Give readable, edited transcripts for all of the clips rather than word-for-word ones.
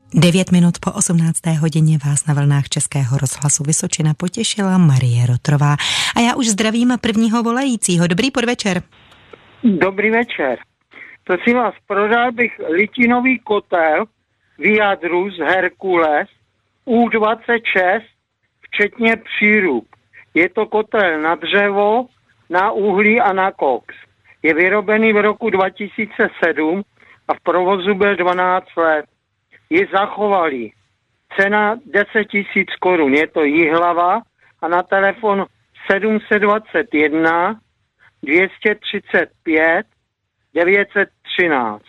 9 minut po 18. hodině vás na vlnách Českého rozhlasu Vysočina potěšila Marie Rotrová. A já už zdravím prvního volajícího. Dobrý podvečer. Dobrý večer. Prosím vás, prodal bych litinový kotel Viadrus Herkules U26, včetně přírub. Je to kotel na dřevo, na uhlí a na koks. Je vyrobený v roku 2007 a v provozu byl 12 let. Je zachovalý. Cena 10 000 korun. Je to Jihlava a na telefon 721 235 913.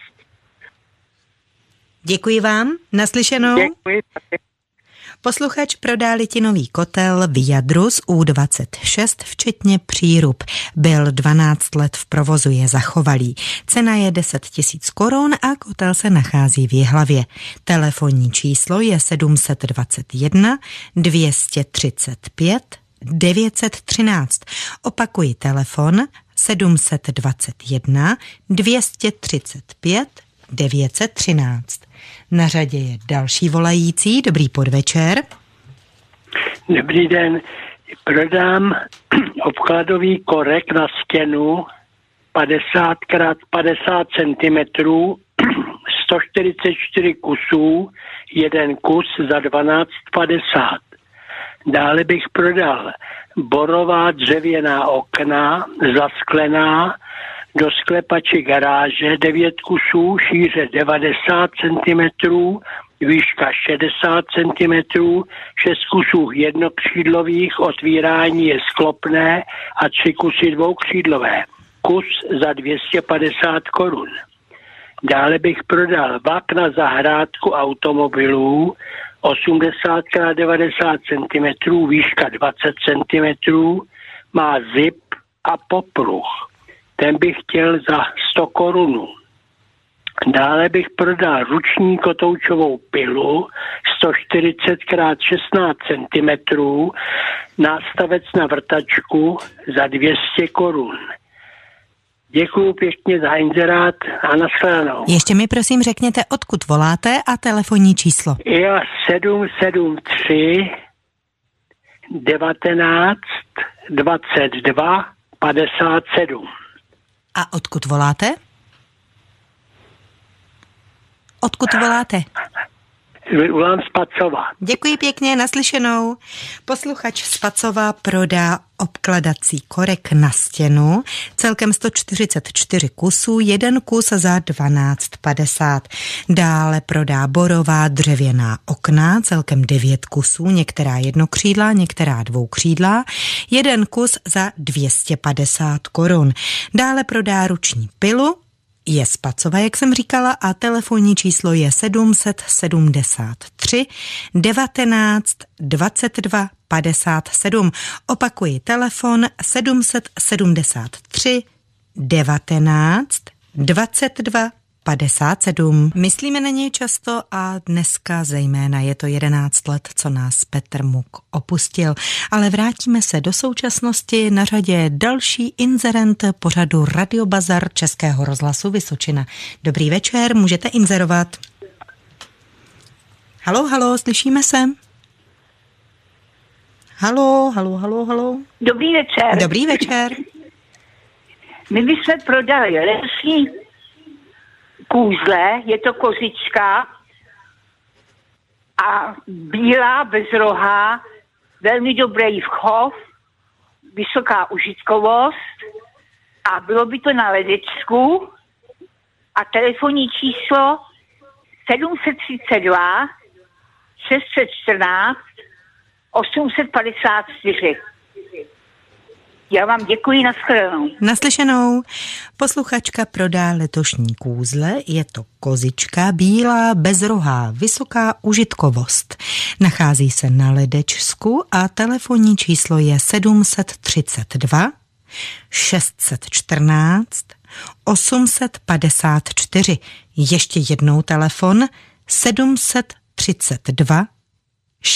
Děkuji vám. Naslyšenou. Děkuji. Posluchač prodá litinový kotel Viadrus U26, včetně přírub. Byl 12 let v provozu, je zachovalý. Cena je 10 000 korun a kotel se nachází v Jihlavě. Telefonní číslo je 721 235 913. Opakuji telefon 721 235 913. Na řadě je další volající. Dobrý podvečer. Dobrý den. Prodám obkladový korek na stěnu 50x50 cm, 144 kusů, jeden kus za 12,50. Dále bych prodal borová dřevěná okna, zasklená, do sklepače garáže 9 kusů, šíře 90 cm, výška 60 cm, 6 kusů jednokřídlových, otvírání je sklopné a 3 kusy dvoukřídlové. Kus za 250 korun. Dále bych prodal vak na zahrádku automobilů 80x90 cm, výška 20 cm, má zip a popruh. Ten bych chtěl za 100 korun. Dále bych prodal ruční kotoučovou pilu 140x16 cm, nástavec na vrtačku za 200 korun. Děkuju pěkně za inzerát a nashledanou. Ještě mi prosím řekněte, odkud voláte a telefonní číslo. Já 773 19 22 57. A odkud voláte? Odkud voláte? Volám z Pacova. Děkuji pěkně, naslyšenou. Posluchač z Pacova prodá obkladací korek na stěnu, celkem 144 kusů, jeden kus za 12,50. Dále prodá borová dřevěná okna, celkem 9 kusů, některá jednokřídlá, některá dvoukřídlá, jeden kus za 250 korun. Dále prodá ruční pilu, je z Pacova, jak jsem říkala, a telefonní číslo je 773 19 22 57. Opakuji telefon 773 19 22 57. Myslíme na něj často a dneska zejména je to 11 let, co nás Petr Muk opustil. Ale vrátíme se do současnosti. Na řadě další inzerent pořadu Radiobazar Českého rozhlasu Vysočina. Dobrý večer, můžete inzerovat. Halo, slyšíme se? Halo. Dobrý večer. Dobrý večer. My bychom prodali lesní kůzle, je to kozička a bílá, bezrohá, velmi dobrý chov, vysoká užitkovost a bylo by to na ledečku a telefonní číslo 732 614 854. Já vám děkuji, nashledanou. Naslyšenou. Posluchačka prodá letošní kůzle, je to kozička bílá, bezrohá, vysoká užitkovost. Nachází se na ledečsku a telefonní číslo je 732 614 854. Ještě jednou telefon 732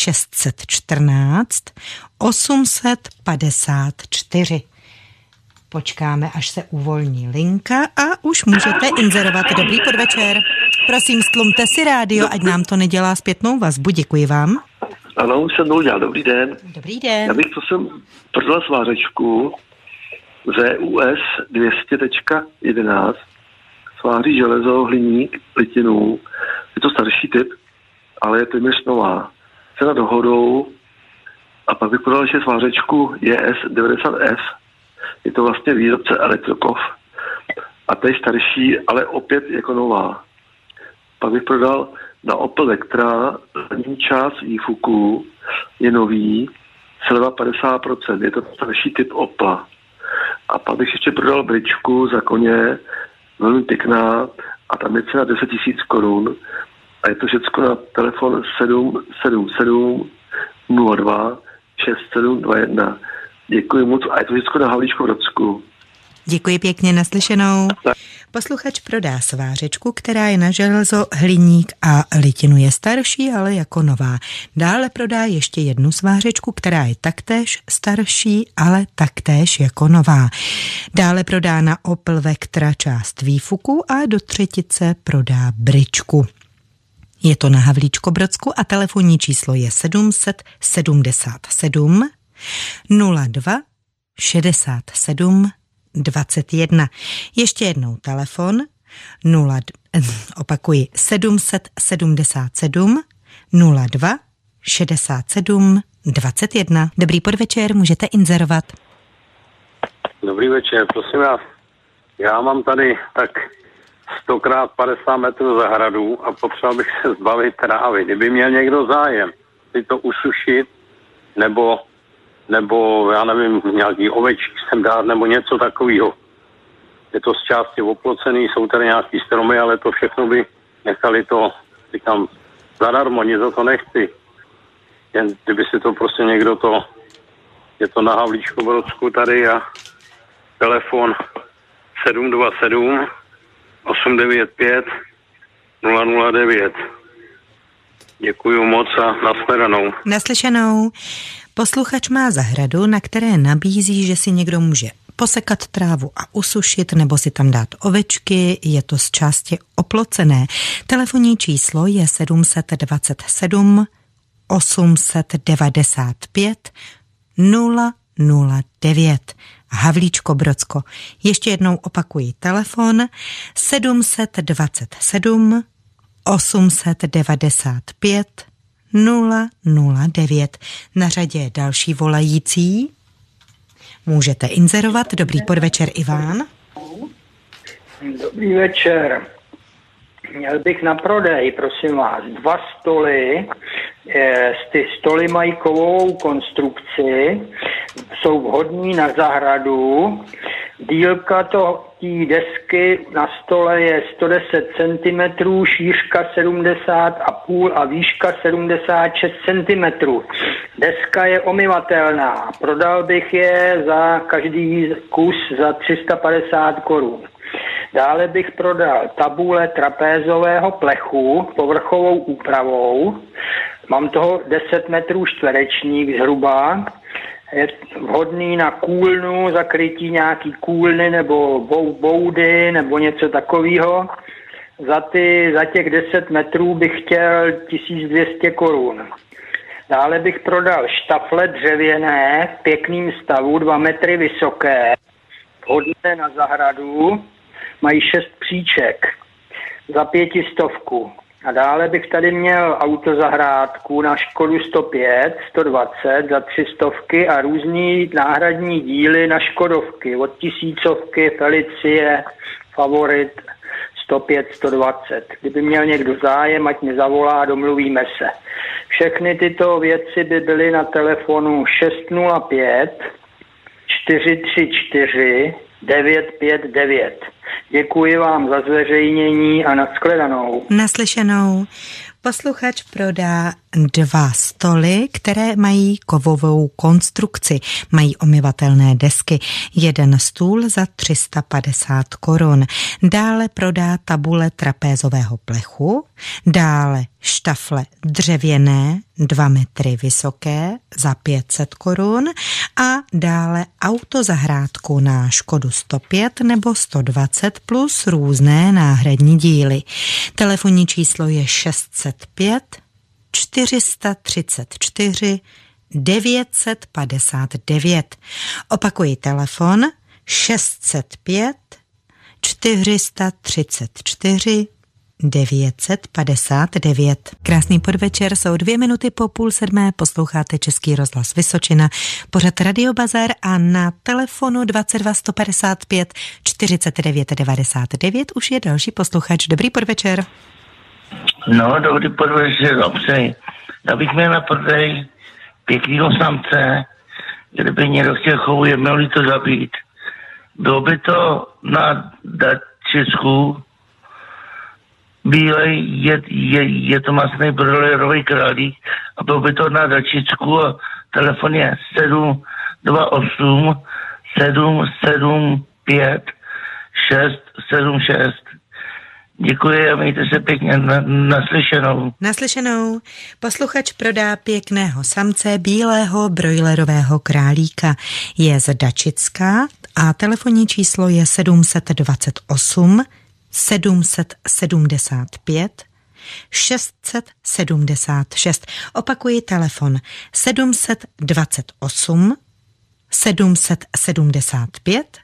614 854. Počkáme, až se uvolní linka a už můžete inzerovat. Dobrý podvečer. Prosím, stlumte si rádio, ať nám to nedělá zpětnou vazbu. Děkuji vám. Ano, už jsem to udělal. Dobrý den. Dobrý den. Já bych prosím prodal svářečku ZUS 200.11. Sváří železo, hliník, litinu. Je to starší typ, ale je téměř nová. Cena dohodou. A pak bych prodal ještě svářečku JS90F. Je to vlastně výrobce Elektrokov. A to je starší, ale opět jako nová. Pak bych prodal na Opel Vectra, zadní část výfuku je nový, sleva 50%, je to starší typ Opla. A pak bych ještě prodal bričku za koně, velmi pěkná, a tam je cena 10 000 korun. A je to všechno na telefon 777 02 6721. Děkuji moc a je to všechno na Havlíčkovrodsku. Děkuji pěkně, naslyšenou. Posluchač prodá svářečku, která je na železo, hliník a litinu. Je starší, ale jako nová. Dále prodá ještě jednu svářečku, která je taktéž starší, ale taktéž jako nová. Dále prodá na Opel Vectra část výfuku a do třetice prodá bričku. Je to na Havlíčkobrodsku a telefonní číslo je 777 02 67 21. Ještě jednou telefon 777 02 67 21. Dobrý podvečer, můžete inzerovat. Dobrý večer, prosím vás. Já mám tady tak 100x50 metrů zahradu a potřeboval bych se zbavit trávy. Kdyby měl někdo zájem si to usušit, nebo já nevím, nějaký ovečky sem dát, nebo něco takového. Je to z části oplocený, jsou tady nějaký stromy, ale to všechno by nechali to, říkám, zadarmo, nic za to nechci. Jen kdyby si to prostě někdo je to na Havlíčkobrodsku tady a telefon 727 895 009. Děkuju moc a nashledanou. Naslyšenou. Posluchač má zahradu, na které nabízí, že si někdo může posekat trávu a usušit nebo si tam dát ovečky, je to z části oplocené. Telefonní číslo je 727 895 009. Havlíčkobrodsko. Ještě jednou opakuji telefon 727 895 009. Na řadě je další volající. Můžete inzerovat. Dobrý podvečer, Iván. Dobrý večer. Měl bych na prodej, prosím vás, 2 stoly. Ty stoly mají kovovou konstrukci, jsou vhodný na zahradu. Dílka té desky na stole je 110 cm, šířka 70,5 a výška 76 cm. Deska je omyvatelná. Prodal bych je za každý kus za 350 korun. Dále bych prodal tabule trapézového plechu povrchovou úpravou. Mám toho 10 metrů čtverečních zhruba. Je vhodný na kůlnu, zakrytí nějaký kůlny nebo boudy nebo něco takového. Za těch 10 metrů bych chtěl 1200 korun. Dále bych prodal štafle dřevěné v pěkným stavu, 2 metry vysoké, vhodné na zahradu, mají 6 příček za 500. A dále bych tady měl autozahrádku na Škodu 105, 120 za 300 a různý náhradní díly na Škodovky od 1000, Felicie, Favorit 105, 120. Kdyby měl někdo zájem, ať mi zavolá, domluvíme se. Všechny tyto věci by byly na telefonu 605 434 959. Děkuji vám za zveřejnění a nashledanou. Naslyšenou. Posluchač prodá 2 stoly, které mají kovovou konstrukci, mají omyvatelné desky. 1 stůl za 350 korun. Dále prodá tabule trapézového plechu, dále štafle dřevěné 2 metry vysoké za 500 korun a dále autozahrádku na Škodu 105 nebo 120 plus různé náhradní díly. Telefonní číslo je 605 434 959. Opakuji telefon 605 434 959. Krásný podvečer, jsou 2 minuty po 6:30, posloucháte Český rozhlas Vysočina, pořad Radio Bazar a na telefonu 22 155 49 99 už je další posluchač. Dobrý podvečer. No, dobrý podvečer, dobře. Já bych měl na prodej pěknýho samce, kdyby někdo chtěl chovu, je měl to zabít. Bylo by to na Dačicku, bílej, je to masný broilerový králík a bylo by to na Dačicku a telefon je 728 775 676. Děkuji a mějte se pěkně, naslyšenou. Naslyšenou. Posluchač prodá pěkného samce bílého brojlerového králíka. Je z Dačicka a telefonní číslo je 728 775 676. Opakuji telefon 728 775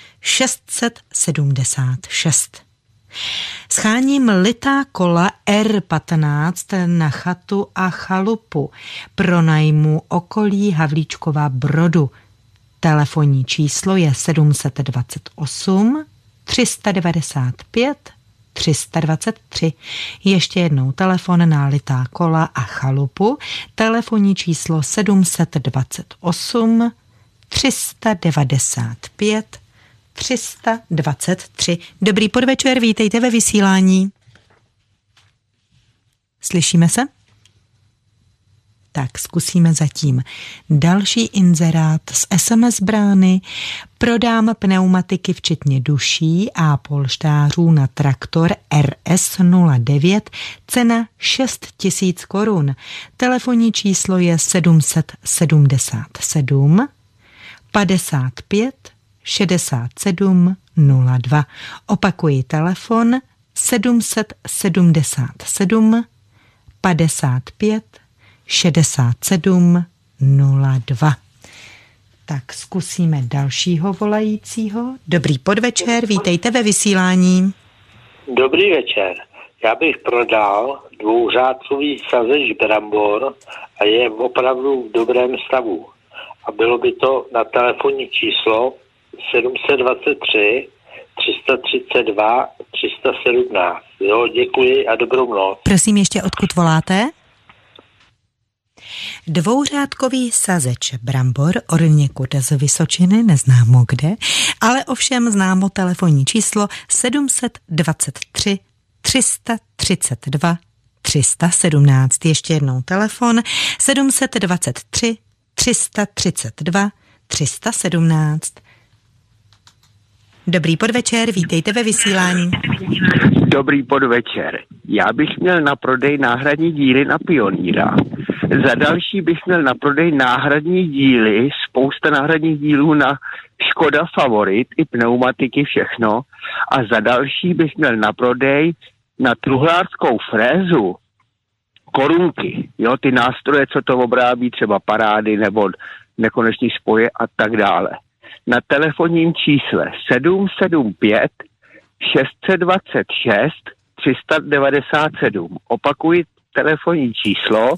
676. Scháním litá kola R15 na chatu a chalupu. Pronajmu okolí Havlíčkova Brodu. Telefonní číslo je 728 395 323. Ještě jednou telefon na litá kola a chalupu. Telefonní číslo 728 395 323. Dobrý podvečer, vítejte ve vysílání. Slyšíme se? Tak zkusíme zatím další inzerát z SMS brány. Prodám pneumatiky včetně duší a polštářů na traktor RS09, cena 6 000 korun. Telefonní číslo je 777 55 67 02. Opakuji telefon 777 55 67 02. Tak zkusíme dalšího volajícího. Dobrý podvečer, vítejte ve vysílání. Dobrý večer. Já bych prodal dvouřádkový sazeč brambor a je opravdu v dobrém stavu. A bylo by to na telefonní číslo 723 332 317. Jo, děkuji a dobrou noc. Prosím, ještě odkud voláte? Dvouřádkový sazeč brambor od někud z Vysočiny, neznámo kde, ale ovšem známo telefonní číslo 723 332 317. Ještě jednou telefon 723 332 317. Dobrý podvečer, vítejte ve vysílání. Dobrý podvečer. Já bych měl na prodej náhradní díly na Pionýra. Za další bych měl na prodej náhradní díly, spousta náhradních dílů na Škoda Favorit, i pneumatiky, všechno. A za další bych měl na prodej na truhlářskou frézu korunky. Jo, ty nástroje, co to obrábí, třeba parády nebo nekoneční spoje a tak dále. Na telefonním čísle 775 626 397. Opakuji telefonní číslo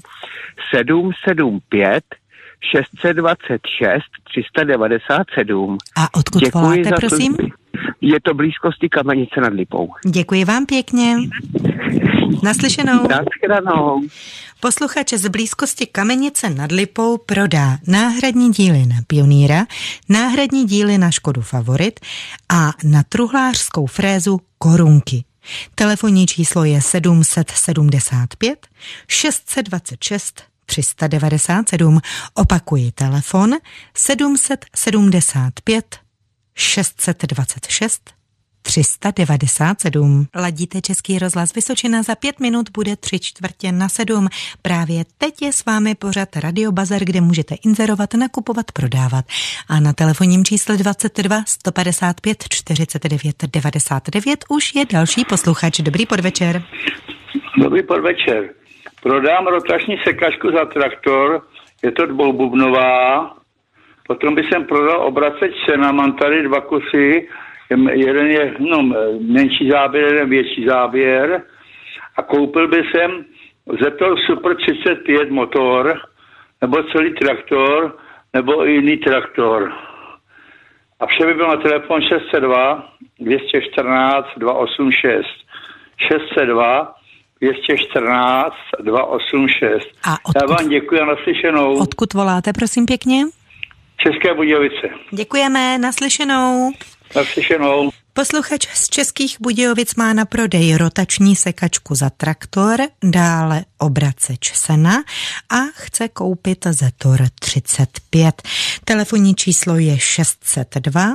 775 626 397. A odkud děkuji voláte, za prosím? služby. Je to blízkosti Kamenice nad Lipou. Děkuji vám pěkně. Naslyšenou. Naschledanou. Posluchač z blízkosti Kamenice nad Lipou prodá náhradní díly na Pionýra, náhradní díly na Škodu Favorit a na truhlářskou frézu korunky. Telefonní číslo je 775 626 397. Opakuji telefon 775 626 397. Ladíte Český rozhlas Vysočina, za 5 minut bude 6:45. Právě teď je s vámi pořad Radio Bazar, kde můžete inzerovat, nakupovat, prodávat. A na telefonním čísle 22 155 49 99 už je další posluchač. Dobrý podvečer. Dobrý podvečer. Prodám rotační sekačku za traktor, je to dvoububnová. Potom bych prodal obraceč Sena, mám tady 2 kusy. Jeden je menší záběr, jeden větší záběr. A koupil bych Zetor Super 35 motor, nebo celý traktor, nebo i jiný traktor. A vše by bylo na telefon 602 214 286. 602 214 286. Já vám děkuji a naslyšenou. Odkud voláte, prosím pěkně? České Budějovice. Děkujeme, naslyšenou. Naslyšenou. Posluchač z Českých Budějovic má na prodej rotační sekačku za traktor, dále obraceč sena a chce koupit Zetor 35. Telefonní číslo je 602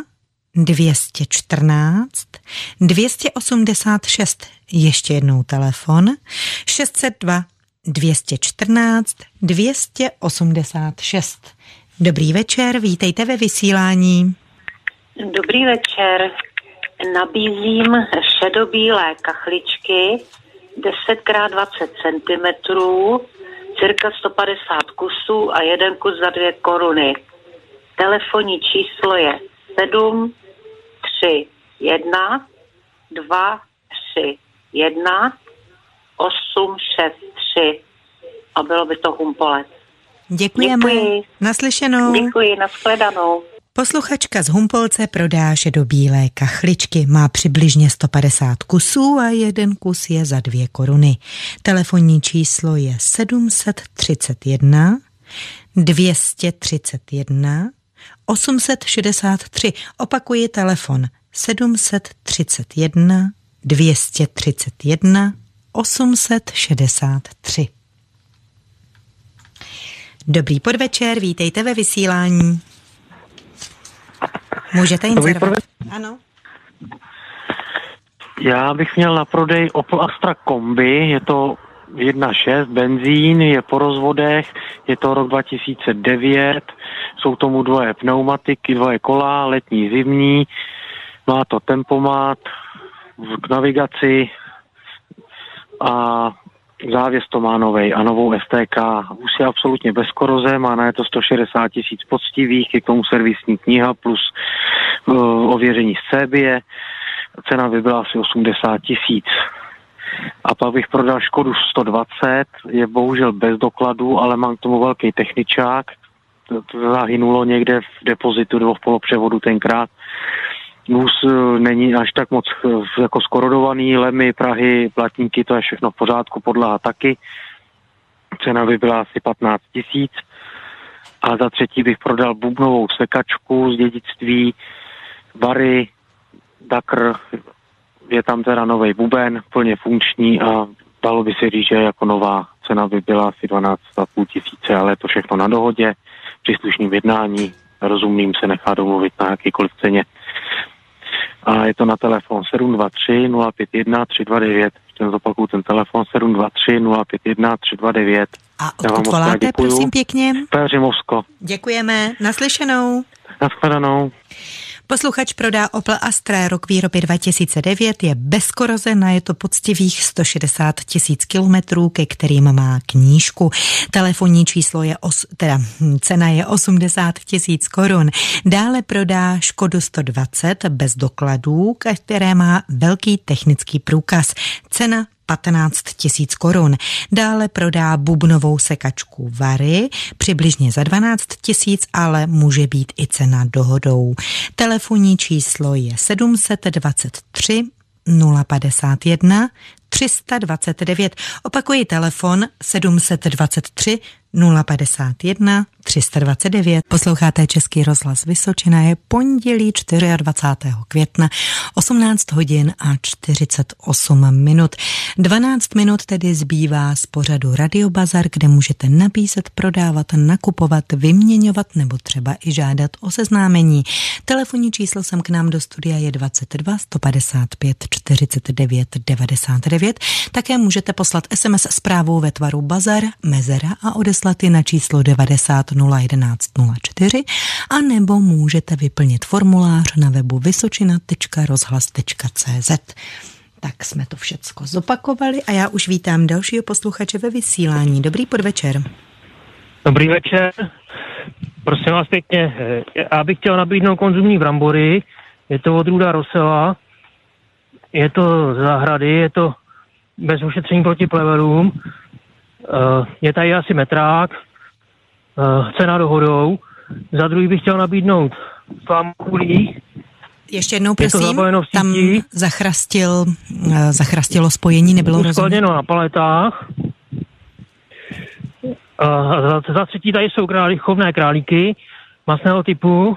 214 286. Ještě jednou telefon 602 214 286. Dobrý večer, vítejte ve vysílání. Dobrý večer. Nabízím šedobílé kachličky 10x20 cm, cirka 150 kusů a jeden kus za 2 koruny. Telefonní číslo je 7 3 1 2 3 1 8 6 3 a bylo by to Humpolec. Děkujeme. Děkuji. Naslyšenou. Děkuji, nashledanou. Posluchačka z Humpolce prodá šedobílé kachličky. Má přibližně 150 kusů a jeden kus je za 2 koruny. Telefonní číslo je 731 231 863. Opakuji telefon 731 231 863. Dobrý podvečer, vítejte ve vysílání. Můžete inzerovat. Ano. Já bych měl na prodej Opel Astra Kombi, je to 1.6 benzín, je po rozvodech, je to rok 2009, jsou tomu 2 pneumatiky, 2 kola, letní, zimní, má to tempomat k navigaci a závěs to má novej a novou STK. Už je absolutně bez koroze, má na to 160 000 poctivých, je k tomu servisní kniha plus ověření z CBie. Cena by byla asi 80 000. A pak bych prodal Škodu 120, je bohužel bez dokladu, ale mám k tomu velký techničák. To zahynulo někde v depozitu nebo v polopřevodu tenkrát. Vůz není až tak moc jako skorodovaný, lemy, prahy, platníky, to je všechno v pořádku, podlaha taky. Cena by byla asi 15 000. A za třetí bych prodal bubnovou sekačku z dědictví, Bary, Dakr, je tam teda novej buben, plně funkční a dalo by se říct, že jako nová. Cena by byla asi 12 500, ale je to všechno na dohodě, příslušným jednání, rozumným se nechá domluvit na jakýkoliv ceně. A je to na telefon 723 051 329. Ten zopakuju ten telefon 723 051 329. A odkud voláte, prosím pěkně? Pelhřimovsko. Děkujeme. Naslyšenou. Nashledanou. Posluchač prodá Opel Astra, rok výroby 2009, je bez koroze, je to poctivých 160 000 kilometrů, ke kterým má knížku. Telefonní číslo je, cena je 80 000 korun. Dále prodá Škodu 120 bez dokladů, které má velký technický průkaz. Cena 15 000 korun. Dále prodá bubnovou sekačku Vary, přibližně za 12 000, ale může být i cena dohodou. Telefonní číslo je 723 051 329. Opakuji telefon 723 051 329. Posloucháte Český rozhlas Vysočina, je pondělí 24. května, 18 hodin a 48 minut. 12 minut tedy zbývá z pořadu Radio Bazar, kde můžete nabízet, prodávat, nakupovat, vyměňovat nebo třeba i žádat o seznámení. Telefonní číslo sem k nám do studia je 22 155 49 99. Také můžete poslat SMS zprávou ve tvaru Bazar, mezera a odeslat ji na číslo 90 011 04 a nebo můžete vyplnit formulář na webu vysočina.rozhlas.cz. Tak jsme to všecko zopakovali a já už vítám dalšího posluchače ve vysílání. Dobrý podvečer. Dobrý večer. Prosím vás pěkně, já bych chtěl nabídnout konzumní brambory. Je to odrůda Rosela. Je to z zahrady, je to bez ošetření proti plevelům. Je tady asi metrák. Cena dohodou. Za druhý bych chtěl nabídnout slámovkulí. Ještě jednou, prosím, tam zachrastilo spojení, nebylo rozumět. Uskladněno na paletách. Za třetí tady jsou chovné králíky masného typu.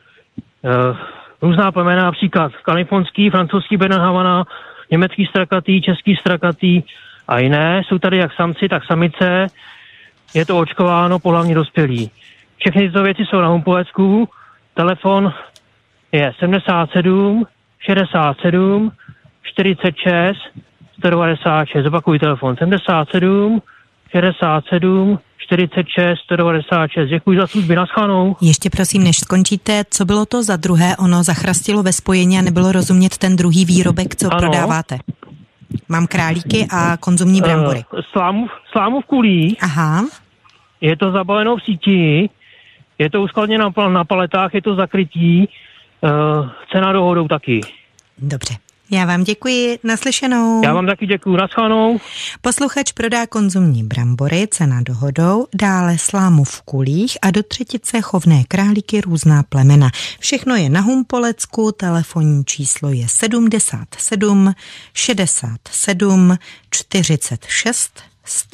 Různá plemena, například kalifornský, francouzský Berner Havana, německý strakatý, český strakatý a jiné. Jsou tady jak samci, tak samice. Je to očkováno, pohlavně dospělí. Všechny tyto věci jsou na Humpolecku. Telefon je 77 67 46 196. Opakuji telefon 77 67 46 196. Děkuji za služby, naschledanou. Ještě prosím, než skončíte, co bylo to za druhé? Ono zachrastilo ve spojení a nebylo rozumět ten druhý výrobek, co prodáváte. Mám králíky a konzumní brambory. Slámu v kulí. Aha. Je to zabaleno v síti, je to uskladněno na paletách, je to zakrytí, cena dohodou taky. Dobře. Já vám děkuji, naslyšenou. Já vám taky děkuji, naschledanou. Posluchač prodá konzumní brambory, cena dohodou, dále slámu v kulích a do třetice chovné králíky, různá plemena. Všechno je na Humpolecku, telefonní číslo je 77 67 46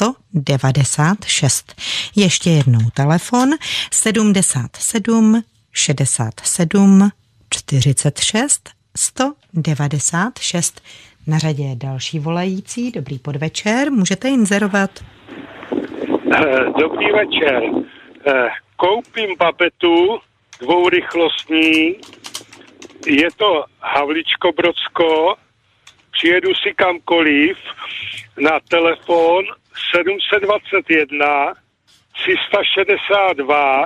196. Ještě jednou telefon 77 67 46 196. Na řadě je další volající. Dobrý podvečer, můžete inzerovat. Dobrý večer. Koupím papetu dvourychlostní. Je to Havlíčko-Brodsko. Přijedu si kamkoliv na telefon 721 362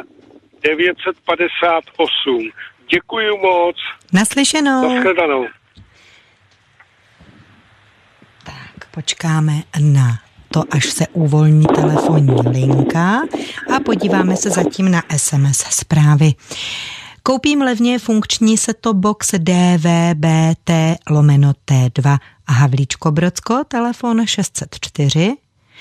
958. Děkuji moc. Naslyšenou. Nashledanou. Tak, počkáme na to, až se uvolní telefonní linka a podíváme se zatím na SMS zprávy. Koupím levně funkční set-top box DVB-T/T2 a Havlíčko-Brodsko, telefon 604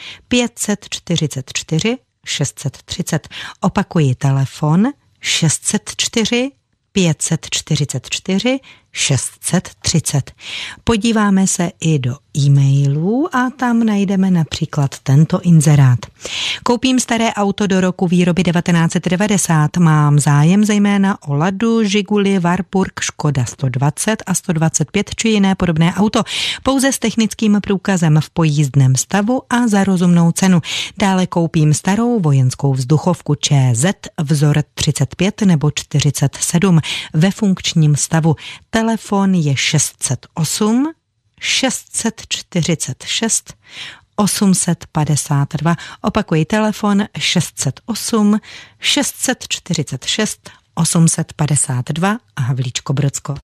544 630. Opakuji telefon 604 544 630. Podíváme se i do e-mailů a tam najdeme například tento inzerát. Koupím staré auto do roku výroby 1990. Mám zájem zejména o Ladu, Žiguli, Warburg, Škoda 120 a 125 či jiné podobné auto. Pouze s technickým průkazem v pojízdném stavu a za rozumnou cenu. Dále koupím starou vojenskou vzduchovku ČZ vzor 35 nebo 47 ve funkčním stavu. Telefon je 608 646 852. Opakuji telefon 608 646 852 a Havlíčko-Brodsko.